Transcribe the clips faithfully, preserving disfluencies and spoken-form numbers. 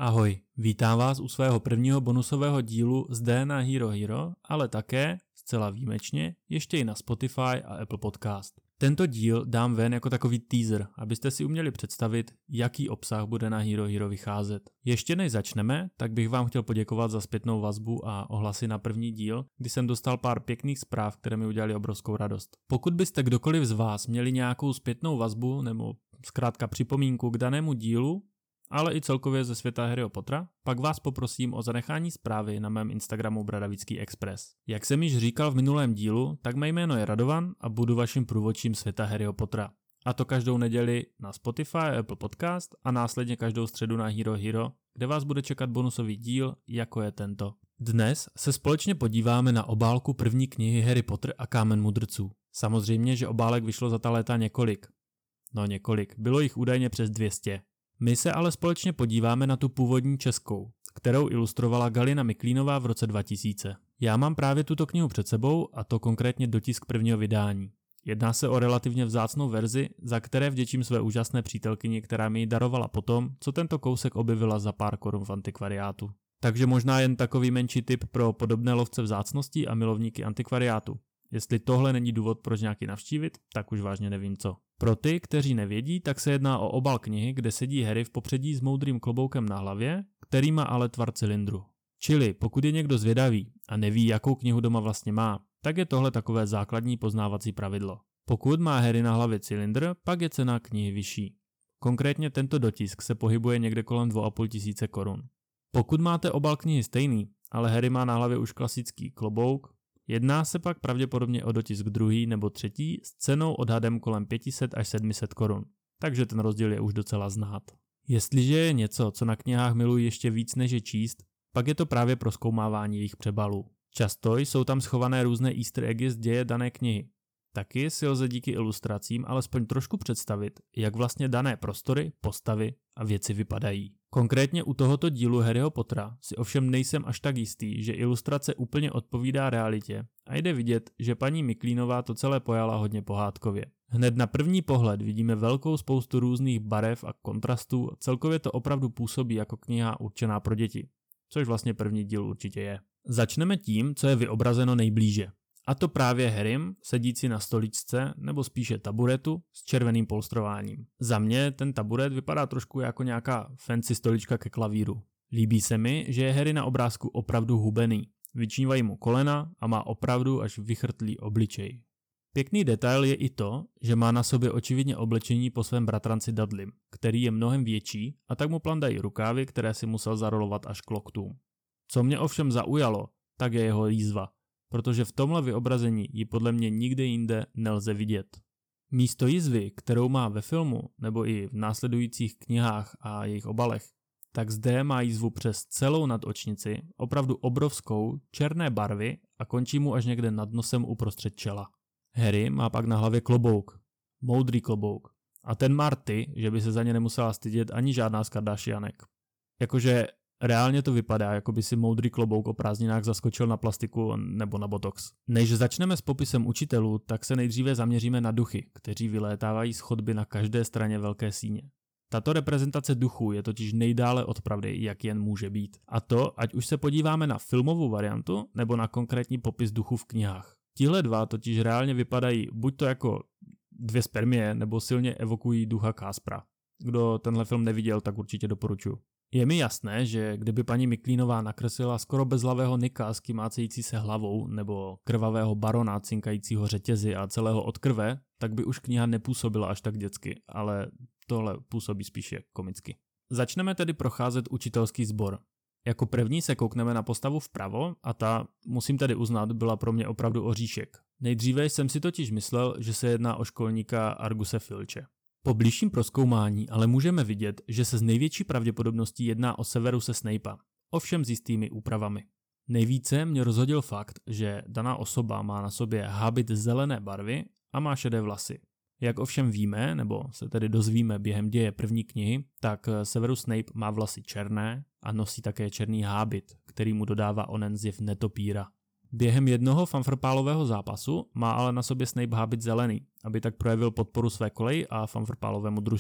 Ahoj, vítám vás u svého prvního bonusového dílu zde na Hero Hero, ale také, zcela výjimečně, ještě i na Spotify a Apple Podcast. Tento díl dám ven jako takový teaser, abyste si uměli představit, jaký obsah bude na Hero Hero vycházet. Ještě než začneme, tak bych vám chtěl poděkovat za zpětnou vazbu a ohlasy na první díl, kdy jsem dostal pár pěkných zpráv, které mi udělali obrovskou radost. Pokud byste kdokoliv z vás měli nějakou zpětnou vazbu nebo zkrátka připomínku k danému dílu, ale i celkově ze světa Harryho Pottera, pak vás poprosím o zanechání zprávy na mém Instagramu Bradavický Express. Jak jsem již říkal v minulém dílu, tak mé jméno je Radovan a budu vaším průvodčím světa Harryho Pottera. A to každou neděli na Spotify a Apple Podcast a následně každou středu na Hero Hero, kde vás bude čekat bonusový díl, jako je tento. Dnes se společně podíváme na obálku první knihy Harry Potter a Kámen mudrců. Samozřejmě, že obálek vyšlo za ta léta několik. No několik, bylo jich údajně přes dvě stě. My se ale společně podíváme na tu původní českou, kterou ilustrovala Galina Miklínová v roce dva tisíce. Já mám právě tuto knihu před sebou a to konkrétně dotisk prvního vydání. Jedná se o relativně vzácnou verzi, za které vděčím své úžasné přítelkyni, která mi ji darovala potom, co tento kousek objevila za pár korun v antikvariátu. Takže možná jen takový menší tip pro podobné lovce vzácností a milovníky antikvariátu. Jestli tohle není důvod, proč nějaký navštívit, tak už vážně nevím co. Pro ty, kteří nevědí, tak se jedná o obal knihy, kde sedí Harry v popředí s moudrým kloboukem na hlavě, který má ale tvar cylindru. Čili pokud je někdo zvědavý a neví, jakou knihu doma vlastně má, tak je tohle takové základní poznávací pravidlo. Pokud má Harry na hlavě cylindr, pak je cena knihy vyšší. Konkrétně tento dotisk se pohybuje někde kolem dvě a půl tisíce korun. Pokud máte obal knihy stejný, ale Harry má na hlavě už klasický klobouk, jedná se pak pravděpodobně o dotisk druhý nebo třetí s cenou odhadem kolem pět set až sedm set korun, takže ten rozdíl je už docela znát. Jestliže je něco, co na knihách miluji ještě víc než je číst, pak je to právě prozkoumávání jejich přebalů. Často jsou tam schované různé easter eggy z děje dané knihy. Taky si lze díky ilustracím alespoň trošku představit, jak vlastně dané prostory, postavy a věci vypadají. Konkrétně u tohoto dílu Harryho Pottera si ovšem nejsem až tak jistý, že ilustrace úplně odpovídá realitě a jde vidět, že paní Miklínová to celé pojala hodně pohádkově. Hned na první pohled vidíme velkou spoustu různých barev a kontrastů a celkově to opravdu působí jako kniha určená pro děti, což vlastně první díl určitě je. Začneme tím, co je vyobrazeno nejblíže. A to právě Harrym, sedící na stoličce nebo spíše taburetu s červeným polstrováním. Za mě ten taburet vypadá trošku jako nějaká fancy stolička ke klavíru. Líbí se mi, že je Harry na obrázku opravdu hubený. Vyčnívají mu kolena a má opravdu až vychrtlý obličej. Pěkný detail je i to, že má na sobě očividně oblečení po svém bratranci Dudleym, který je mnohem větší a tak mu plandají rukávy, které si musel zarolovat až k loktům. Co mě ovšem zaujalo, tak je jeho jízva. Protože v tomhle vyobrazení ji podle mě nikde jinde nelze vidět. Místo jizvy, kterou má ve filmu nebo i v následujících knihách a jejich obalech, tak zde má jizvu přes celou nadočnici, opravdu obrovskou, černé barvy a končí mu až někde nad nosem uprostřed čela. Harry má pak na hlavě klobouk, moudrý klobouk, a ten má rty, že by se za ně nemusela stydět ani žádná z Kardashianek. Jakože reálně to vypadá, jako by si moudrý klobouk o prázdninách zaskočil na plastiku nebo na botox. Než začneme s popisem učitelů, tak se nejdříve zaměříme na duchy, kteří vylétávají z chodby na každé straně velké síně. Tato reprezentace duchů je totiž nejdále od pravdy, jak jen může být. A to, ať už se podíváme na filmovou variantu, nebo na konkrétní popis duchů v knihách. Tihle dva totiž reálně vypadají buď to jako dvě spermie, nebo silně evokují ducha Kaspra. Kdo tenhle film neviděl, tak určitě doporučuji. Je mi jasné, že kdyby paní Miklínová nakreslila skoro bezhlavého Nika s kymácející se hlavou nebo krvavého barona cinkajícího řetězy a celého od krve, tak by už kniha nepůsobila až tak dětsky, ale tohle působí spíše komicky. Začneme tedy procházet učitelský sbor. Jako první se koukneme na postavu vpravo a ta, musím tedy uznat, byla pro mě opravdu oříšek. Nejdříve jsem si totiž myslel, že se jedná o školníka Arguse Filče. Po bližším prozkoumání ale můžeme vidět, že se z největší pravděpodobností jedná o Severuse Snape'a, ovšem s jistými úpravami. Nejvíce mě rozhodil fakt, že daná osoba má na sobě hábit zelené barvy a má šedé vlasy. Jak ovšem víme, nebo se tedy dozvíme během děje první knihy, tak Severus Snape má vlasy černé a nosí také černý hábit, který mu dodává onen zjev netopíra. Během jednoho fanfrpálového zápasu má ale na sobě Snape hábit zelený, aby tak projevil podporu své koleji a fanfrpálovému družstvu.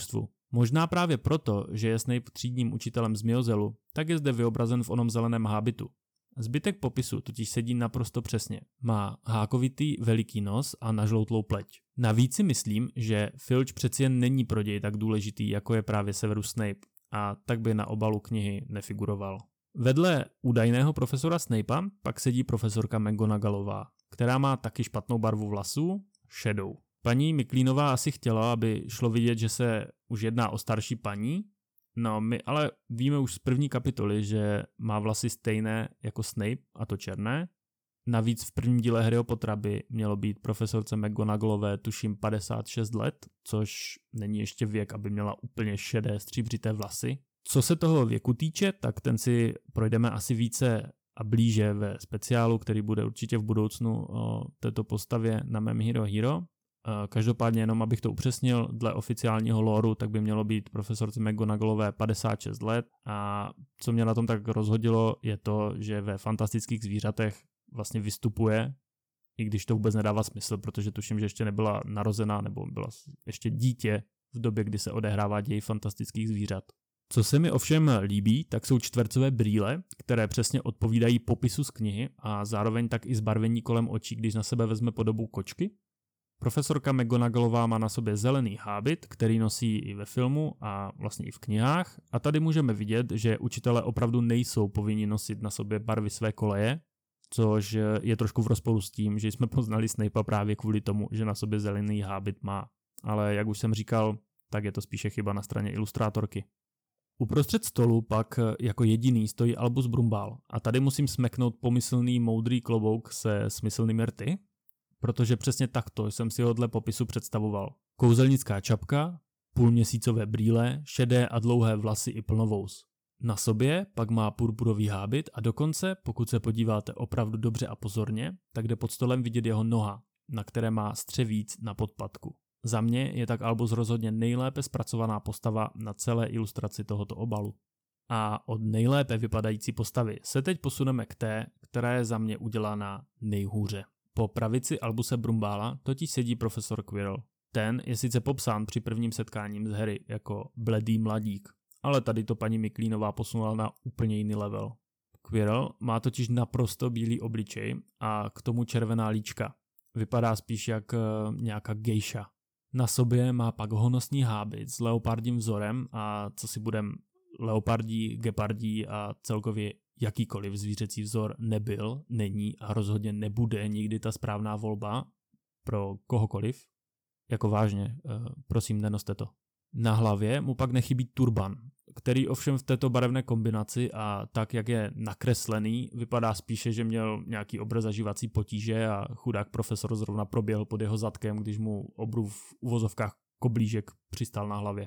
Možná právě proto, že je Snape třídním učitelem Zmiozelu, tak je zde vyobrazen v onom zeleném hábitu. Zbytek popisu totiž sedí naprosto přesně. Má hákovitý veliký nos a nažloutlou pleť. Navíc si myslím, že Filch přeci jen není pro děj tak důležitý, jako je právě Severus Snape, a tak by na obalu knihy nefiguroval. Vedle údajného profesora Snapea pak sedí profesorka McGonagallová, která má taky špatnou barvu vlasů, šedou. Paní Miklínová asi chtěla, aby šlo vidět, že se už jedná o starší paní, no my ale víme už z první kapitoly, že má vlasy stejné jako Snape, a to černé. Navíc v prvním díle Harryho Pottera by mělo být profesorce McGonagallové tuším padesát šest let, což není ještě věk, aby měla úplně šedé stříbřité vlasy. Co se toho věku týče, tak ten si projdeme asi více a blíže ve speciálu, který bude určitě v budoucnu o této postavě na mém Hero Hero. Každopádně jenom abych to upřesnil, dle oficiálního lóru tak by mělo být profesorce McGonagallové padesát šest let a co mě na tom tak rozhodilo je to, že ve Fantastických zvířatech vlastně vystupuje, i když to vůbec nedává smysl, protože tuším, že ještě nebyla narozená nebo byla ještě dítě v době, kdy se odehrává děj Fantastických zvířat. Co se mi ovšem líbí, tak jsou čtvercové brýle, které přesně odpovídají popisu z knihy a zároveň tak i zbarvení kolem očí, když na sebe vezme podobu kočky. Profesorka McGonagallová má na sobě zelený hábit, který nosí i ve filmu a vlastně i v knihách. A tady můžeme vidět, že učitelé opravdu nejsou povinni nosit na sobě barvy své koleje, což je trošku v rozporu s tím, že jsme poznali Snapea právě kvůli tomu, že na sobě zelený hábit má. Ale jak už jsem říkal, tak je to spíše chyba na straně ilustrátorky. Uprostřed stolu pak jako jediný stojí Albus Brumbál a tady musím smeknout pomyslný moudrý klobouk se smyslnými rty, protože přesně takto jsem si ho dle popisu představoval. Kouzelnická čapka, půlměsícové brýle, šedé a dlouhé vlasy i plnovous. Na sobě pak má purpurový hábit a dokonce, pokud se podíváte opravdu dobře a pozorně, tak jde pod stolem vidět jeho noha, na které má střevíc na podpatku. Za mě je tak Albus rozhodně nejlépe zpracovaná postava na celé ilustraci tohoto obalu. A od nejlépe vypadající postavy se teď posuneme k té, která je za mě udělaná nejhůře. Po pravici Albuse Brumbála totiž sedí profesor Quirrell. Ten je sice popsán při prvním setkáním s Harry jako bledý mladík, ale tady to paní Miklínová posunula na úplně jiný level. Quirrell má totiž naprosto bílý obličej a k tomu červená líčka. Vypadá spíš jak uh, nějaká gejša. Na sobě má pak honosný hábit s leopardím vzorem a co si budem, leopardí, gepardí a celkově jakýkoliv zvířecí vzor nebyl, není a rozhodně nebude nikdy ta správná volba pro kohokoliv. Jako vážně, prosím, nenoste to. Na hlavě mu pak nechybí turban, který ovšem v této barevné kombinaci a tak, jak je nakreslený, vypadá spíše, že měl nějaký obrozažívací potíže a chudák profesor zrovna proběhl pod jeho zadkem, když mu obrův v uvozovkách koblížek přistál na hlavě.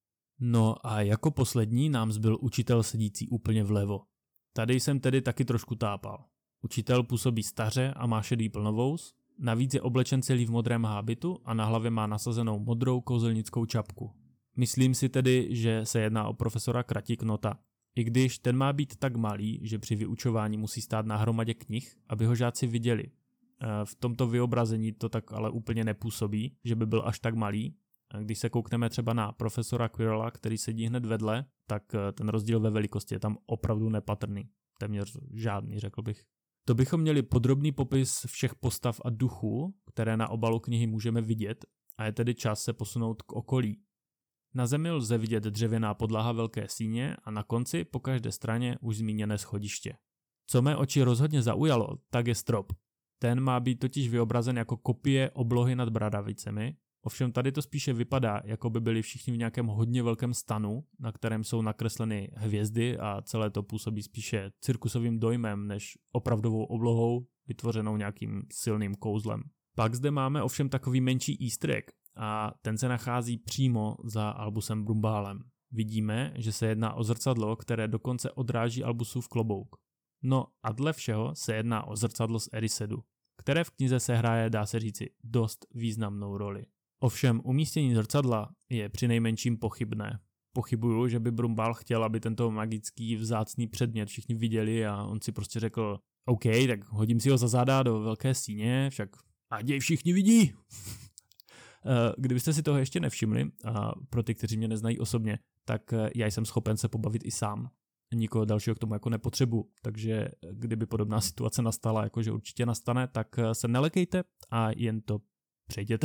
No a jako poslední nám zbyl učitel sedící úplně vlevo. Tady jsem tedy taky trošku tápal. Učitel působí staře a má šedý plnovous, navíc je oblečen celý v modrém hábitu a na hlavě má nasazenou modrou kouzelnickou čapku. Myslím si tedy, že se jedná o profesora Kratiknota, i když ten má být tak malý, že při vyučování musí stát na hromadě knih, aby ho žáci viděli. V tomto vyobrazení to tak ale úplně nepůsobí, že by byl až tak malý. Když se koukneme třeba na profesora Quirrella, který sedí hned vedle, tak ten rozdíl ve velikosti je tam opravdu nepatrný. Téměř žádný, řekl bych. To bychom měli podrobný popis všech postav a duchů, které na obalu knihy můžeme vidět, a je tedy čas se posunout k okolí. Na zemi lze vidět dřevěná podlaha velké síně a na konci po každé straně už zmíněné schodiště. Co mé oči rozhodně zaujalo, tak je strop. Ten má být totiž vyobrazen jako kopie oblohy nad Bradavicemi, ovšem tady to spíše vypadá, jako by byli všichni v nějakém hodně velkém stanu, na kterém jsou nakresleny hvězdy a celé to působí spíše cirkusovým dojmem než opravdovou oblohou vytvořenou nějakým silným kouzlem. Pak zde máme ovšem takový menší easter egg a ten se nachází přímo za Albusem Brumbálem. Vidíme, že se jedná o zrcadlo, které dokonce odráží Albusův klobouk. No a dle všeho se jedná o zrcadlo z Erissedu, které v knize sehraje, dá se říci, dost významnou roli. Ovšem umístění zrcadla je přinejmenším pochybné. Pochybuju, že by Brumbál chtěl, aby tento magický vzácný předmět všichni viděli a on si prostě řekl OK, tak hodím si ho za záda do velké síně, však ať jej všichni vidí. Kdybyste si toho ještě nevšimli, a pro ty, kteří mě neznají osobně, tak já jsem schopen se pobavit i sám. Nikoho dalšího k tomu jako nepotřebuji, takže kdyby podobná situace nastala, jakože určitě nastane, tak se nelekejte a jen to přejděte.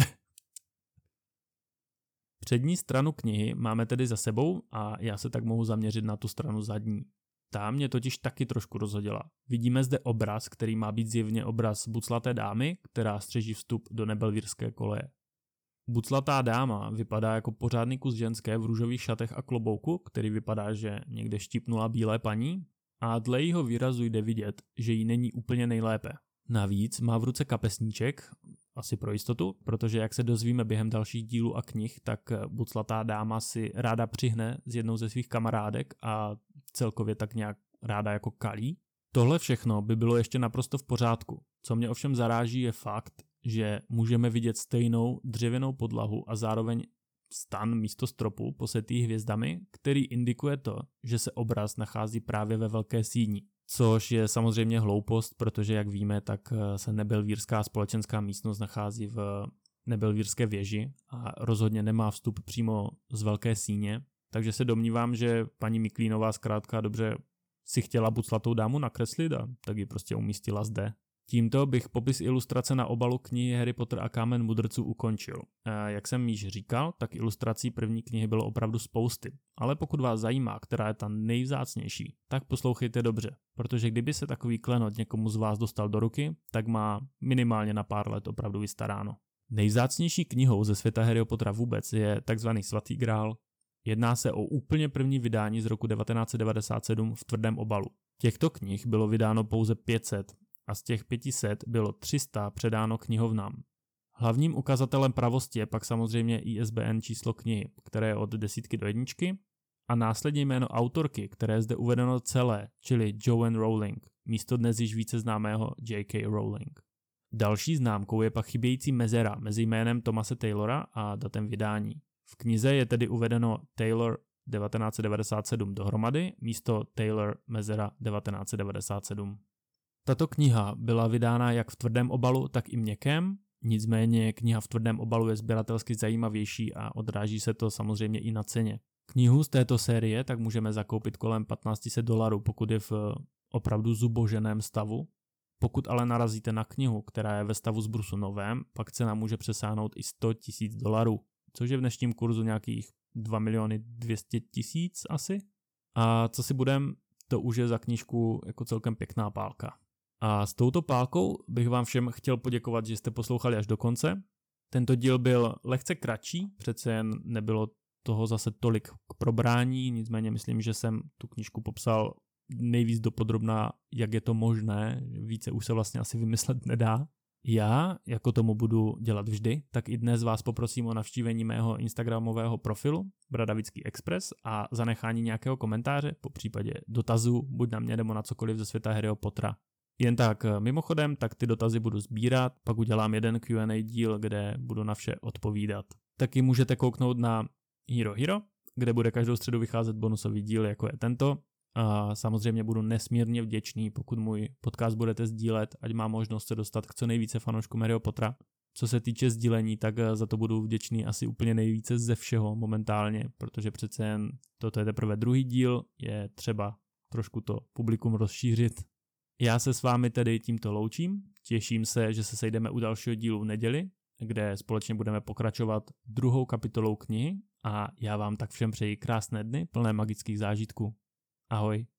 Přední stranu knihy máme tedy za sebou a já se tak mohu zaměřit na tu stranu zadní. Ta mě totiž taky trošku rozhodila. Vidíme zde obraz, který má být zjevně obraz buclaté dámy, která střeží vstup do Nebelvírské koleje. Buclatá dáma vypadá jako pořádný kus ženské v růžových šatech a klobouku, který vypadá, že někde štípnula bílé paní, a dle jejího výrazu jde vidět, že jí není úplně nejlépe. Navíc má v ruce kapesníček, asi pro jistotu, protože jak se dozvíme během dalších dílů a knih, tak buclatá dáma si ráda přihne s jednou ze svých kamarádek a celkově tak nějak ráda jako kalí. Tohle všechno by bylo ještě naprosto v pořádku. Co mě ovšem zaráží je fakt, že můžeme vidět stejnou dřevěnou podlahu a zároveň stan místo stropu posetý hvězdami, který indikuje to, že se obraz nachází právě ve velké síni. Což je samozřejmě hloupost, protože jak víme, tak se Nebelvírská společenská místnost nachází v Nebelvírské věži a rozhodně nemá vstup přímo z velké síně, takže se domnívám, že paní Miklínová zkrátka dobře si chtěla buclatou dámu nakreslit a tak ji prostě umístila zde. Tímto bych popis ilustrace na obalu knihy Harry Potter a kámen mudrců ukončil. Jak jsem již říkal, tak ilustrací první knihy bylo opravdu spousty. Ale pokud vás zajímá, která je ta nejvzácnější, tak poslouchejte dobře, protože kdyby se takový klenot někomu z vás dostal do ruky, tak má minimálně na pár let opravdu vystaráno. Nejvzácnější knihou ze světa Harryho Pottera vůbec je takzvaný Svatý grál. Jedná se o úplně první vydání z roku devatenáct set devadesát sedm v tvrdém obalu. Těchto knih bylo vydáno pouze pět set a z těch pět set bylo tři sta předáno knihovnám. Hlavním ukazatelem pravosti je pak samozřejmě I S B N číslo knihy, které je od desítky do jedničky, a následně jméno autorky, které je zde uvedeno celé, čili Joanne Rowling, místo dnes již více známého J K Rowling. Další známkou je pak chybějící mezera mezi jménem Thomase Taylora a datem vydání. V knize je tedy uvedeno Taylor devatenáct set devadesát sedm dohromady, místo Taylor mezera devatenáct set devadesát sedm. Tato kniha byla vydána jak v tvrdém obalu, tak i měkkém, nicméně kniha v tvrdém obalu je sběratelsky zajímavější a odráží se to samozřejmě i na ceně. Knihu z této série tak můžeme zakoupit kolem patnáct set dolarů, pokud je v opravdu zuboženém stavu. Pokud ale narazíte na knihu, která je ve stavu z brusu novém, pak cena může přesáhnout i sto tisíc dolarů, což je v dnešním kurzu nějakých dva miliony dvě stě tisíc asi. A co si budem, to už je za knížku jako celkem pěkná pálka. A s touto pálkou bych vám všem chtěl poděkovat, že jste poslouchali až do konce. Tento díl byl lehce kratší, přece jen nebylo toho zase tolik k probrání, nicméně myslím, že jsem tu knížku popsal nejvíc dopodrobná, jak je to možné, více už se vlastně asi vymyslet nedá. Já, jako tomu budu dělat vždy, tak i dnes vás poprosím o navštívení mého instagramového profilu Bradavický Express a zanechání nějakého komentáře, po případě dotazu, buď na mě nebo na cokoliv ze světa Harryho Pottera. Jen tak mimochodem, tak ty dotazy budu sbírat, pak udělám jeden Q and A díl, kde budu na vše odpovídat. Taky můžete kouknout na Hero Hero, kde bude každou středu vycházet bonusový díl, jako je tento. A samozřejmě budu nesmírně vděčný, pokud můj podcast budete sdílet, ať má možnost se dostat k co nejvíce fanouškům Harryho Pottera. Co se týče sdílení, tak za to budu vděčný asi úplně nejvíce ze všeho momentálně, protože přece jen toto je teprve druhý díl, je třeba trošku to publikum rozšířit. Já se s vámi tedy tímto loučím, těším se, že se sejdeme u dalšího dílu v neděli, kde společně budeme pokračovat druhou kapitolou knihy a já vám tak všem přeji krásné dny plné magických zážitků. Ahoj.